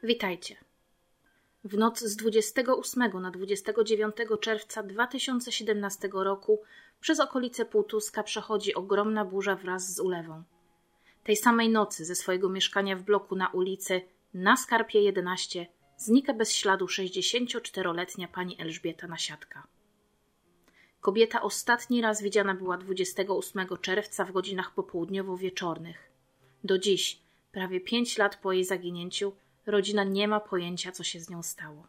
Witajcie. W noc z 28 na 29 czerwca 2017 roku przez okolice Półtuska przechodzi ogromna burza wraz z ulewą. Tej samej nocy ze swojego mieszkania w bloku na ulicy na Skarpie 11 znika bez śladu 64-letnia pani Elżbieta Nasiatka. Kobieta ostatni raz widziana była 28 czerwca w godzinach popołudniowo-wieczornych. Do dziś, prawie 5 lat po jej zaginięciu, rodzina nie ma pojęcia, co się z nią stało.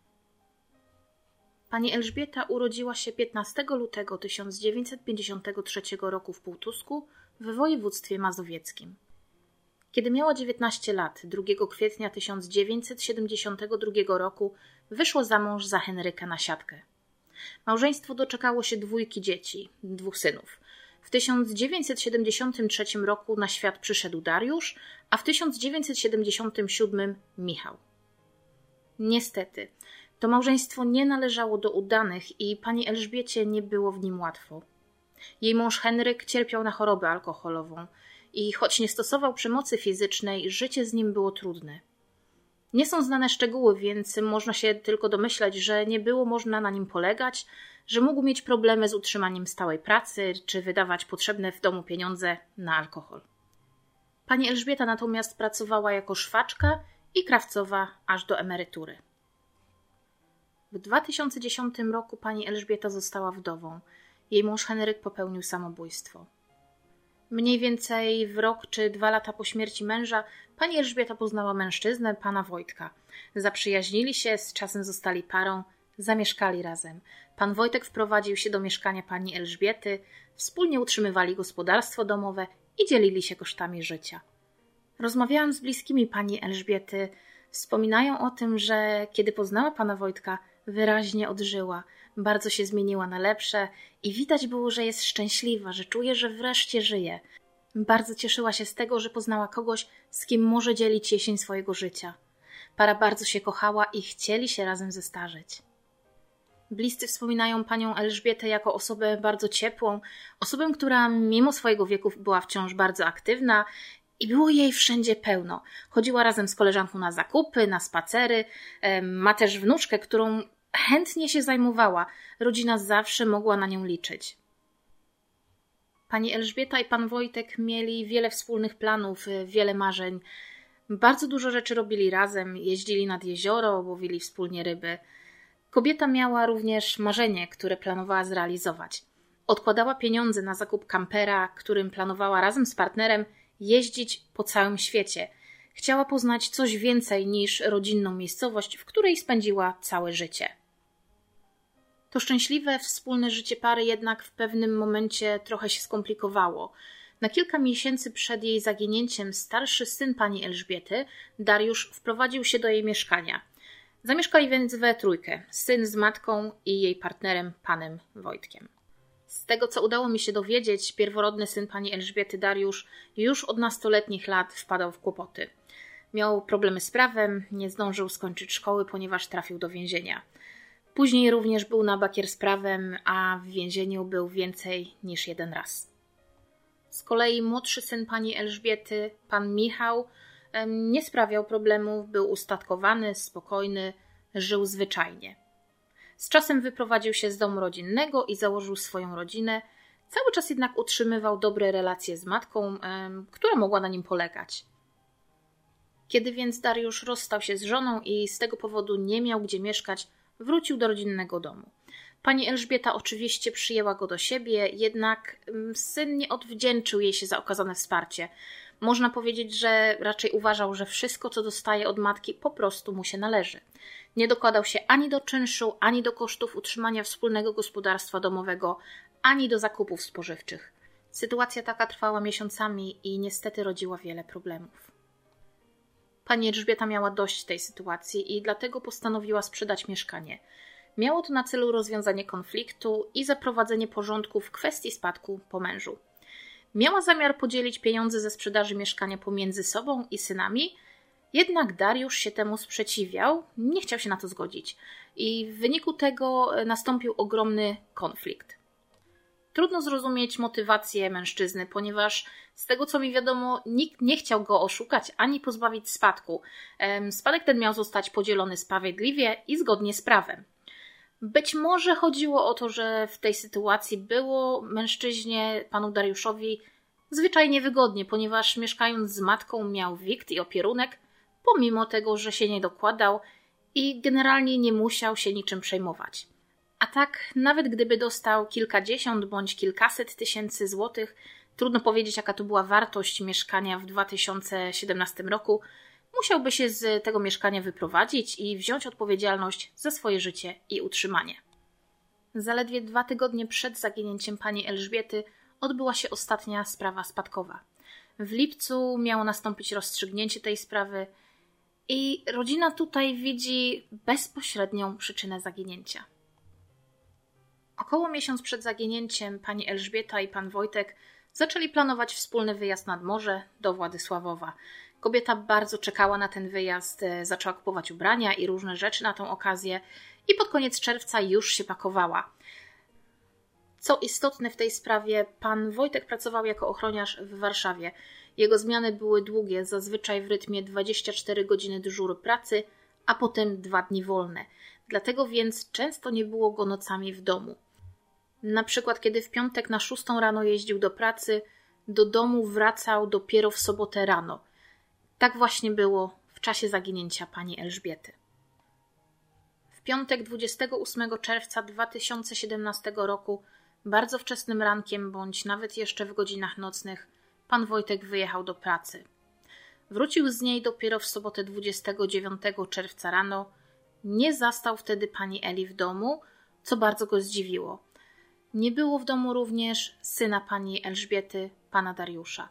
Pani Elżbieta urodziła się 15 lutego 1953 roku w Półtusku w województwie mazowieckim. Kiedy miała 19 lat, 2 kwietnia 1972 roku wyszła za mąż za Henryka Nasiatkę. Małżeństwo doczekało się 2 dzieci, 2 synów. W 1973 roku na świat przyszedł Dariusz, a w 1977 Michał. Niestety, to małżeństwo nie należało do udanych i pani Elżbiecie nie było w nim łatwo. Jej mąż Henryk cierpiał na chorobę alkoholową i choć nie stosował przemocy fizycznej, życie z nim było trudne. Nie są znane szczegóły, więc można się tylko domyślać, że nie było można na nim polegać, że mógł mieć problemy z utrzymaniem stałej pracy, czy wydawać potrzebne w domu pieniądze na alkohol. Pani Elżbieta natomiast pracowała jako szwaczka i krawcowa aż do emerytury. W 2010 roku pani Elżbieta została wdową. Jej mąż Henryk popełnił samobójstwo. Mniej więcej w rok czy 2 lata po śmierci męża pani Elżbieta poznała mężczyznę, pana Wojtka. Zaprzyjaźnili się, z czasem zostali parą, zamieszkali razem. Pan Wojtek wprowadził się do mieszkania pani Elżbiety, wspólnie utrzymywali gospodarstwo domowe i dzielili się kosztami życia. Rozmawiałam z bliskimi pani Elżbiety. Wspominają o tym, że kiedy poznała pana Wojtka, wyraźnie odżyła, bardzo się zmieniła na lepsze i widać było, że jest szczęśliwa, że czuje, że wreszcie żyje. Bardzo cieszyła się z tego, że poznała kogoś, z kim może dzielić jesień swojego życia. Para bardzo się kochała i chcieli się razem zestarzeć. Bliscy wspominają panią Elżbietę jako osobę bardzo ciepłą, osobę, która mimo swojego wieku była wciąż bardzo aktywna i było jej wszędzie pełno. Chodziła razem z koleżanką na zakupy, na spacery, ma też wnuczkę, którą chętnie się zajmowała. Rodzina zawsze mogła na nią liczyć. Pani Elżbieta i pan Wojtek mieli wiele wspólnych planów, wiele marzeń. Bardzo dużo rzeczy robili razem, jeździli nad jezioro, łowili wspólnie ryby. Kobieta miała również marzenie, które planowała zrealizować. Odkładała pieniądze na zakup kampera, którym planowała razem z partnerem jeździć po całym świecie. Chciała poznać coś więcej niż rodzinną miejscowość, w której spędziła całe życie. To szczęśliwe, wspólne życie pary jednak w pewnym momencie trochę się skomplikowało. Na kilka miesięcy przed jej zaginięciem starszy syn pani Elżbiety, Dariusz, wprowadził się do jej mieszkania. Zamieszkali więc we trójkę, syn z matką i jej partnerem, panem Wojtkiem. Z tego, co udało mi się dowiedzieć, pierworodny syn pani Elżbiety, Dariusz, już od nastoletnich lat wpadał w kłopoty. Miał problemy z prawem, nie zdążył skończyć szkoły, ponieważ trafił do więzienia. Później również był na bakier z prawem, a w więzieniu był więcej niż 1 raz. Z kolei młodszy syn pani Elżbiety, pan Michał, nie sprawiał problemów, był ustatkowany, spokojny, żył zwyczajnie. Z czasem wyprowadził się z domu rodzinnego i założył swoją rodzinę. Cały czas jednak utrzymywał dobre relacje z matką, która mogła na nim polegać. Kiedy więc Dariusz rozstał się z żoną i z tego powodu nie miał gdzie mieszkać, wrócił do rodzinnego domu. Pani Elżbieta oczywiście przyjęła go do siebie, jednak syn nie odwdzięczył jej się za okazane wsparcie. Można powiedzieć, że raczej uważał, że wszystko, co dostaje od matki, po prostu mu się należy. Nie dokładał się ani do czynszu, ani do kosztów utrzymania wspólnego gospodarstwa domowego, ani do zakupów spożywczych. Sytuacja taka trwała miesiącami i niestety rodziła wiele problemów. Pani Elżbieta miała dość tej sytuacji i dlatego postanowiła sprzedać mieszkanie. Miało to na celu rozwiązanie konfliktu i zaprowadzenie porządku w kwestii spadku po mężu. Miała zamiar podzielić pieniądze ze sprzedaży mieszkania pomiędzy sobą i synami, jednak Dariusz się temu sprzeciwiał, nie chciał się na to zgodzić i w wyniku tego nastąpił ogromny konflikt. Trudno zrozumieć motywację mężczyzny, ponieważ z tego co mi wiadomo, nikt nie chciał go oszukać ani pozbawić spadku. Spadek ten miał zostać podzielony sprawiedliwie i zgodnie z prawem. Być może chodziło o to, że w tej sytuacji było mężczyźnie, panu Dariuszowi, zwyczajnie wygodnie, ponieważ mieszkając z matką miał wikt i opierunek, pomimo tego, że się nie dokładał i generalnie nie musiał się niczym przejmować. A tak, nawet gdyby dostał kilkadziesiąt bądź kilkaset tysięcy złotych, trudno powiedzieć, jaka to była wartość mieszkania w 2017 roku, musiałby się z tego mieszkania wyprowadzić i wziąć odpowiedzialność za swoje życie i utrzymanie. Zaledwie 2 tygodnie przed zaginięciem pani Elżbiety odbyła się ostatnia sprawa spadkowa. W lipcu miało nastąpić rozstrzygnięcie tej sprawy i rodzina tutaj widzi bezpośrednią przyczynę zaginięcia. Około miesiąc przed zaginięciem pani Elżbieta i pan Wojtek zaczęli planować wspólny wyjazd nad morze do Władysławowa. Kobieta bardzo czekała na ten wyjazd, zaczęła kupować ubrania i różne rzeczy na tą okazję i pod koniec czerwca już się pakowała. Co istotne w tej sprawie, pan Wojtek pracował jako ochroniarz w Warszawie. Jego zmiany były długie, zazwyczaj w rytmie 24 godziny dyżuru pracy, a potem 2 dni wolne. Dlatego więc często nie było go nocami w domu. Na przykład kiedy w piątek na 6 rano jeździł do pracy, do domu wracał dopiero w sobotę rano. Tak właśnie było w czasie zaginięcia pani Elżbiety. W piątek 28 czerwca 2017 roku, bardzo wczesnym rankiem bądź nawet jeszcze w godzinach nocnych, pan Wojtek wyjechał do pracy. Wrócił z niej dopiero w sobotę 29 czerwca rano. Nie zastał wtedy pani Eli w domu, co bardzo go zdziwiło. Nie było w domu również syna pani Elżbiety, pana Dariusza.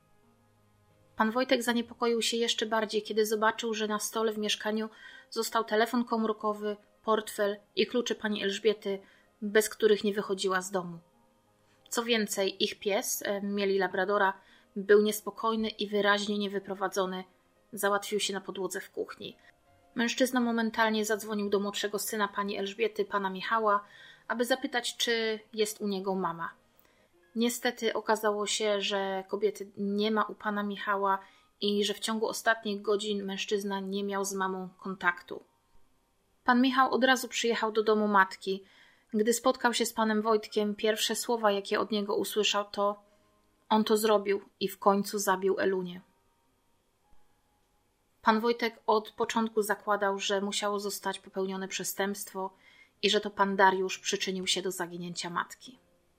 Pan Wojtek zaniepokoił się jeszcze bardziej, kiedy zobaczył, że na stole w mieszkaniu został telefon komórkowy, portfel i klucze pani Elżbiety, bez których nie wychodziła z domu. Co więcej, ich pies, mieli labradora, był niespokojny i wyraźnie niewyprowadzony. Załatwił się na podłodze w kuchni. Mężczyzna momentalnie zadzwonił do młodszego syna pani Elżbiety, pana Michała, aby zapytać, czy jest u niego mama. Niestety okazało się, że kobiety nie ma u pana Michała i że w ciągu ostatnich godzin mężczyzna nie miał z mamą kontaktu. Pan Michał od razu przyjechał do domu matki. Gdy spotkał się z panem Wojtkiem, pierwsze słowa, jakie od niego usłyszał, to: on to zrobił i w końcu zabił Elunię. Pan Wojtek od początku zakładał, że musiało zostać popełnione przestępstwo i że to pan Dariusz przyczynił się do zaginięcia matki.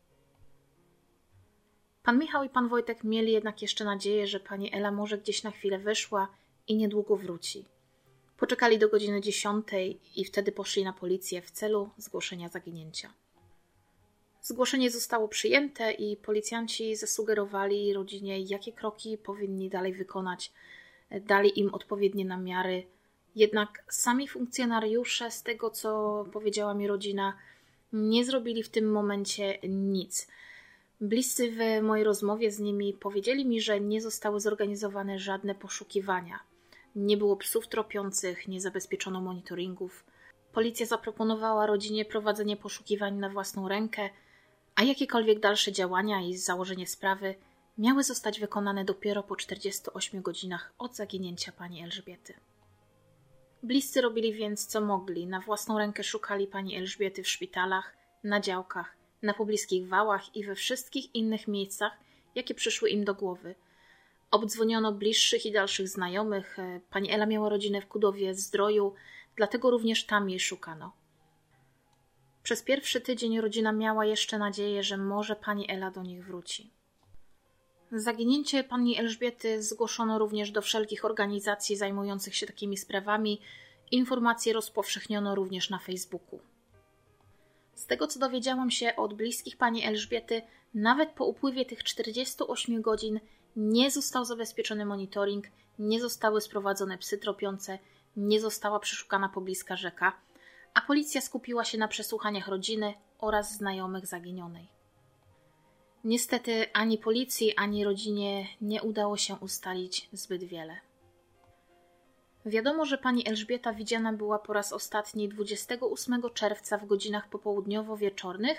Pan Michał i pan Wojtek mieli jednak jeszcze nadzieję, że pani Ela może gdzieś na chwilę wyszła i niedługo wróci. Poczekali do godziny 10 i wtedy poszli na policję w celu zgłoszenia zaginięcia. Zgłoszenie zostało przyjęte i policjanci zasugerowali rodzinie, jakie kroki powinni dalej wykonać. Dali im odpowiednie namiary. Jednak sami funkcjonariusze, z tego co powiedziała mi rodzina, nie zrobili w tym momencie nic. Bliscy w mojej rozmowie z nimi powiedzieli mi, że nie zostały zorganizowane żadne poszukiwania. Nie było psów tropiących, nie zabezpieczono monitoringów. Policja zaproponowała rodzinie prowadzenie poszukiwań na własną rękę, a jakiekolwiek dalsze działania i założenie sprawy miały zostać wykonane dopiero po 48 godzinach od zaginięcia pani Elżbiety. Bliscy robili więc co mogli. Na własną rękę szukali pani Elżbiety w szpitalach, na działkach, na pobliskich wałach i we wszystkich innych miejscach, jakie przyszły im do głowy. Obdzwoniono bliższych i dalszych znajomych. Pani Ela miała rodzinę w Kudowie-Zdroju, dlatego również tam jej szukano. Przez pierwszy tydzień rodzina miała jeszcze nadzieję, że może pani Ela do nich wróci. Zaginięcie pani Elżbiety zgłoszono również do wszelkich organizacji zajmujących się takimi sprawami. Informacje rozpowszechniono również na Facebooku. Z tego co dowiedziałam się od bliskich pani Elżbiety, nawet po upływie tych 48 godzin nie został zabezpieczony monitoring, nie zostały sprowadzone psy tropiące, nie została przeszukana pobliska rzeka, a policja skupiła się na przesłuchaniach rodziny oraz znajomych zaginionej. Niestety ani policji, ani rodzinie nie udało się ustalić zbyt wiele. Wiadomo, że pani Elżbieta widziana była po raz ostatni 28 czerwca w godzinach popołudniowo-wieczornych,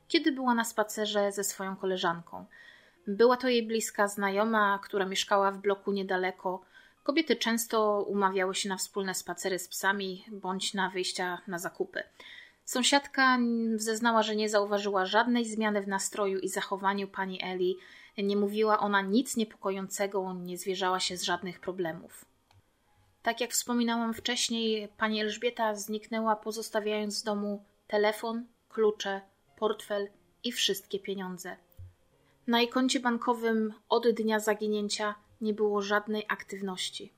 kiedy była na spacerze ze swoją koleżanką. Była to jej bliska znajoma, która mieszkała w bloku niedaleko. Kobiety często umawiały się na wspólne spacery z psami bądź na wyjścia na zakupy. Sąsiadka zeznała, że nie zauważyła żadnej zmiany w nastroju i zachowaniu pani Eli. Nie mówiła ona nic niepokojącego, nie zwierzała się z żadnych problemów. Tak jak wspominałam wcześniej, pani Elżbieta zniknęła, pozostawiając w domu telefon, klucze, portfel i wszystkie pieniądze. Na jej koncie bankowym od dnia zaginięcia nie było żadnej aktywności.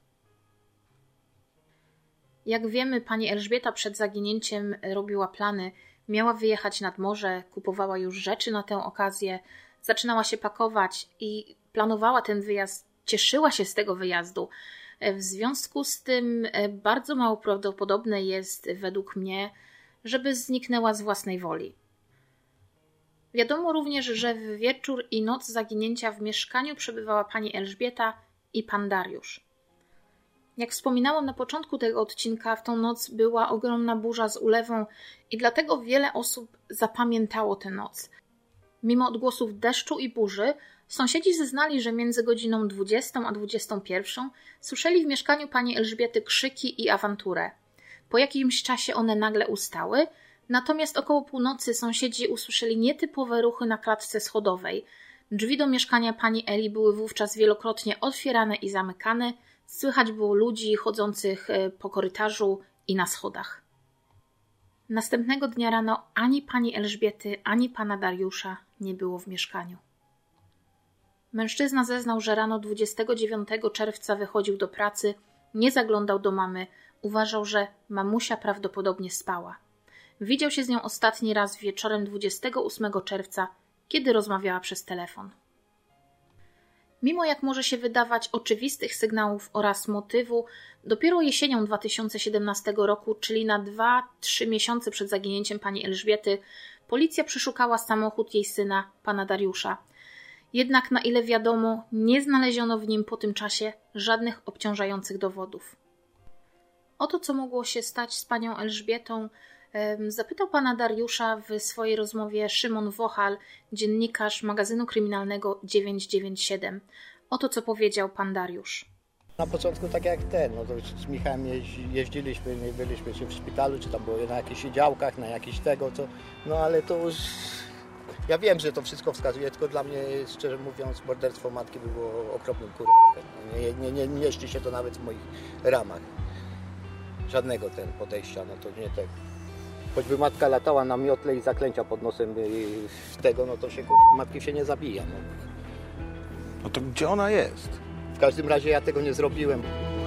Jak wiemy, pani Elżbieta przed zaginięciem robiła plany, miała wyjechać nad morze, kupowała już rzeczy na tę okazję, zaczynała się pakować i planowała ten wyjazd, cieszyła się z tego wyjazdu. W związku z tym bardzo mało prawdopodobne jest, według mnie, żeby zniknęła z własnej woli. Wiadomo również, że w wieczór i noc zaginięcia w mieszkaniu przebywała pani Elżbieta i pan Dariusz. Jak wspominałam na początku tego odcinka, w tą noc była ogromna burza z ulewą i dlatego wiele osób zapamiętało tę noc. Mimo odgłosów deszczu i burzy, sąsiedzi zeznali, że między godziną 20 a 21 słyszeli w mieszkaniu pani Elżbiety krzyki i awanturę. Po jakimś czasie one nagle ustały, natomiast około północy sąsiedzi usłyszeli nietypowe ruchy na klatce schodowej. Drzwi do mieszkania pani Eli były wówczas wielokrotnie otwierane i zamykane, słychać było ludzi chodzących po korytarzu i na schodach. Następnego dnia rano ani pani Elżbiety, ani pana Dariusza nie było w mieszkaniu. Mężczyzna zeznał, że rano 29 czerwca wychodził do pracy, nie zaglądał do mamy, uważał, że mamusia prawdopodobnie spała. Widział się z nią ostatni raz wieczorem 28 czerwca, kiedy rozmawiała przez telefon. Mimo, jak może się wydawać, oczywistych sygnałów oraz motywu, dopiero jesienią 2017 roku, czyli na 2-3 miesiące przed zaginięciem pani Elżbiety, policja przeszukała samochód jej syna, pana Dariusza. Jednak na ile wiadomo, nie znaleziono w nim po tym czasie żadnych obciążających dowodów. O to, co mogło się stać z panią Elżbietą, zapytał pana Dariusza w swojej rozmowie Szymon Wochal, dziennikarz magazynu kryminalnego 997. Oto, co powiedział pan Dariusz. Na początku tak jak no to z Michałem jeździliśmy, nie byliśmy czy w szpitalu, czy tam było na jakichś działkach, na jakiś tego, no ale to już... Ja wiem, że to wszystko wskazuje, tylko dla mnie, szczerze mówiąc, morderstwo matki by było okropnym Nie mieści się to nawet w moich ramach. Żadnego podejścia, no to nie tak. Choćby matka latała na miotle i zaklęcia pod nosem tego, no to się matki się nie zabija. No to gdzie ona jest? W każdym razie ja tego nie zrobiłem.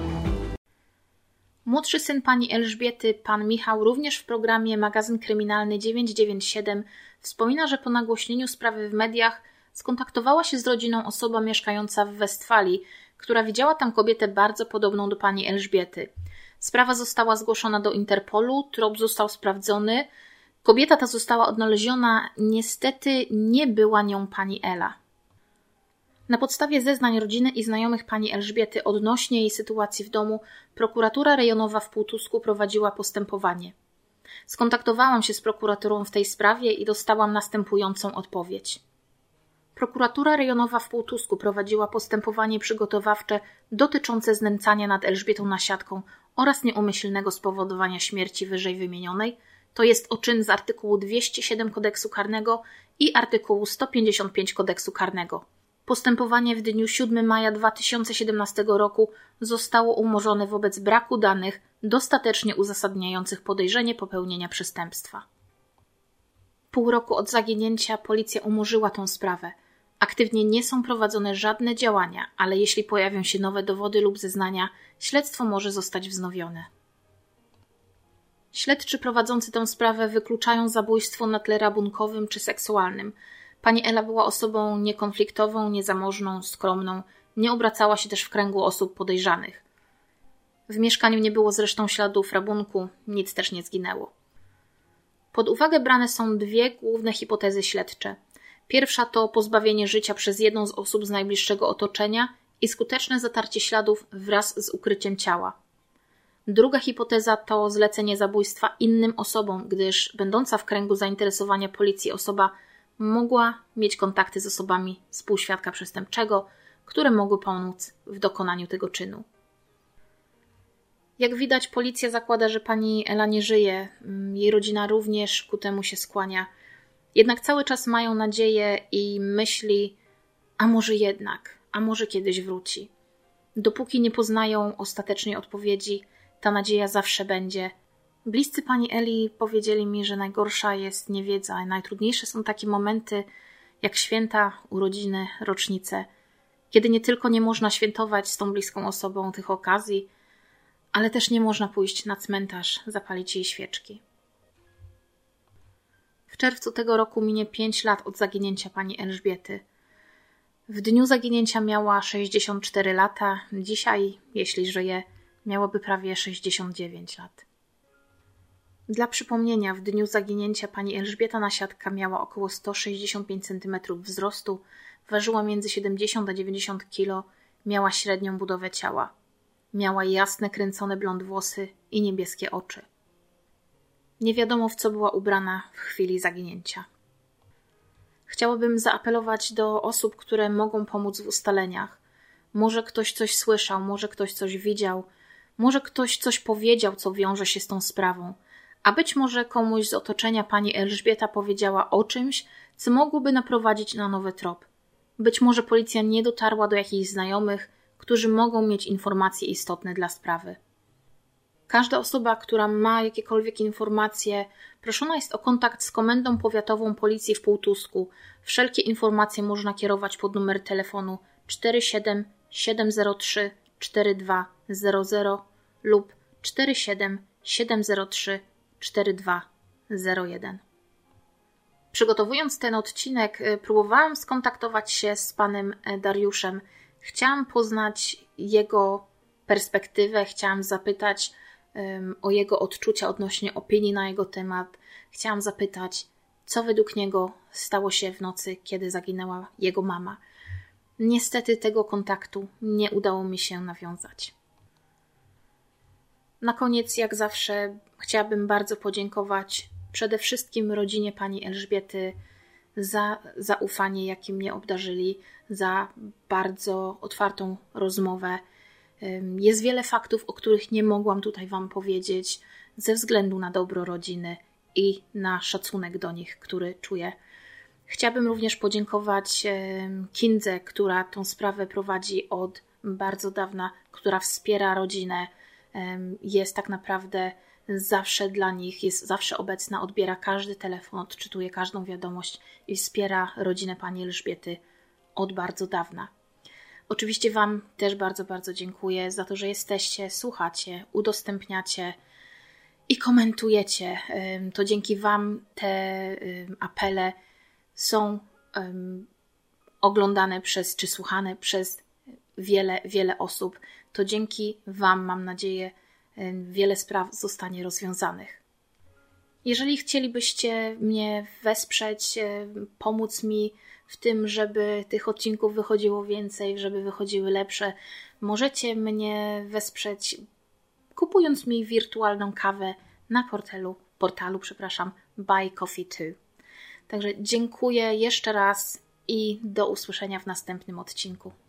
Młodszy syn pani Elżbiety, pan Michał, również w programie Magazyn Kryminalny 997 wspomina, że po nagłośnieniu sprawy w mediach skontaktowała się z rodziną osoba mieszkająca w Westfalii, która widziała tam kobietę bardzo podobną do pani Elżbiety. Sprawa została zgłoszona do Interpolu, trop został sprawdzony. Kobieta ta została odnaleziona, niestety nie była nią pani Ela. Na podstawie zeznań rodziny i znajomych pani Elżbiety odnośnie jej sytuacji w domu, prokuratura rejonowa w Półtusku prowadziła postępowanie. Skontaktowałam się z prokuraturą w tej sprawie i dostałam następującą odpowiedź. Prokuratura rejonowa w Półtusku prowadziła postępowanie przygotowawcze dotyczące znęcania nad Elżbietą Nasiadką oraz nieumyślnego spowodowania śmierci wyżej wymienionej, to jest o czyn z artykułu 207 Kodeksu Karnego i artykułu 155 Kodeksu Karnego. Postępowanie w dniu 7 maja 2017 roku zostało umorzone wobec braku danych dostatecznie uzasadniających podejrzenie popełnienia przestępstwa. Pół roku od zaginięcia policja umorzyła tę sprawę. Aktywnie nie są prowadzone żadne działania, ale jeśli pojawią się nowe dowody lub zeznania, śledztwo może zostać wznowione. Śledczy prowadzący tę sprawę wykluczają zabójstwo na tle rabunkowym czy seksualnym. Pani Ela była osobą niekonfliktową, niezamożną, skromną, nie obracała się też w kręgu osób podejrzanych. W mieszkaniu nie było zresztą śladów rabunku, nic też nie zginęło. Pod uwagę brane są dwie główne hipotezy śledcze. Pierwsza to pozbawienie życia przez jedną z osób z najbliższego otoczenia i skuteczne zatarcie śladów wraz z ukryciem ciała. Druga hipoteza to zlecenie zabójstwa innym osobom, gdyż będąca w kręgu zainteresowania policji osoba mogła mieć kontakty z osobami współświadka przestępczego, które mogły pomóc w dokonaniu tego czynu. Jak widać, policja zakłada, że pani Ela nie żyje. Jej rodzina również ku temu się skłania. Jednak cały czas mają nadzieję i myśli, a może jednak, a może kiedyś wróci. Dopóki nie poznają ostatecznej odpowiedzi, ta nadzieja zawsze będzie. Bliscy pani Eli powiedzieli mi, że najgorsza jest niewiedza, a najtrudniejsze są takie momenty jak święta, urodziny, rocznice, kiedy nie tylko nie można świętować z tą bliską osobą tych okazji, ale też nie można pójść na cmentarz, zapalić jej świeczki. W czerwcu tego roku minie 5 lat od zaginięcia pani Elżbiety. W dniu zaginięcia miała 64 lata, dzisiaj, jeśli żyje, miałaby prawie 69 lat. Dla przypomnienia, w dniu zaginięcia pani Elżbieta Nasiadka miała około 165 cm wzrostu, ważyła między 70 a 90 kg, miała średnią budowę ciała. Miała jasne, kręcone blond włosy i niebieskie oczy. Nie wiadomo, w co była ubrana w chwili zaginięcia. Chciałabym zaapelować do osób, które mogą pomóc w ustaleniach. Może ktoś coś słyszał, może ktoś coś widział, może ktoś coś powiedział, co wiąże się z tą sprawą, a być może komuś z otoczenia pani Elżbieta powiedziała o czymś, co mogłoby naprowadzić na nowy trop. Być może policja nie dotarła do jakichś znajomych, którzy mogą mieć informacje istotne dla sprawy. Każda osoba, która ma jakiekolwiek informacje, proszona jest o kontakt z Komendą Powiatową Policji w Półtusku. Wszelkie informacje można kierować pod numer telefonu 47 703 4200 lub 47 703 4201. Przygotowując ten odcinek, próbowałam skontaktować się z panem Dariuszem. Chciałam poznać jego perspektywę, chciałam zapytać o jego odczucia odnośnie opinii na jego temat. Chciałam zapytać, co według niego stało się w nocy, kiedy zaginęła jego mama. Niestety tego kontaktu nie udało mi się nawiązać. Na koniec, jak zawsze, chciałabym bardzo podziękować przede wszystkim rodzinie pani Elżbiety za zaufanie, jakim mnie obdarzyli, za bardzo otwartą rozmowę. Jest wiele faktów, o których nie mogłam tutaj wam powiedzieć ze względu na dobro rodziny i na szacunek do nich, który czuję. Chciałabym również podziękować Kindze, która tą sprawę prowadzi od bardzo dawna, która wspiera rodzinę, jest tak naprawdę zawsze dla nich, jest zawsze obecna, odbiera każdy telefon, odczytuje każdą wiadomość i wspiera rodzinę pani Elżbiety od bardzo dawna. Oczywiście wam też bardzo, bardzo dziękuję za to, że jesteście, słuchacie, udostępniacie i komentujecie. To dzięki wam te apele są oglądane czy słuchane przez wiele osób. To dzięki wam, mam nadzieję, wiele spraw zostanie rozwiązanych. Jeżeli chcielibyście mnie wesprzeć, pomóc mi w tym, żeby tych odcinków wychodziło więcej, żeby wychodziły lepsze, możecie mnie wesprzeć kupując mi wirtualną kawę na portalu Buy Coffee Too. Także dziękuję jeszcze raz i do usłyszenia w następnym odcinku.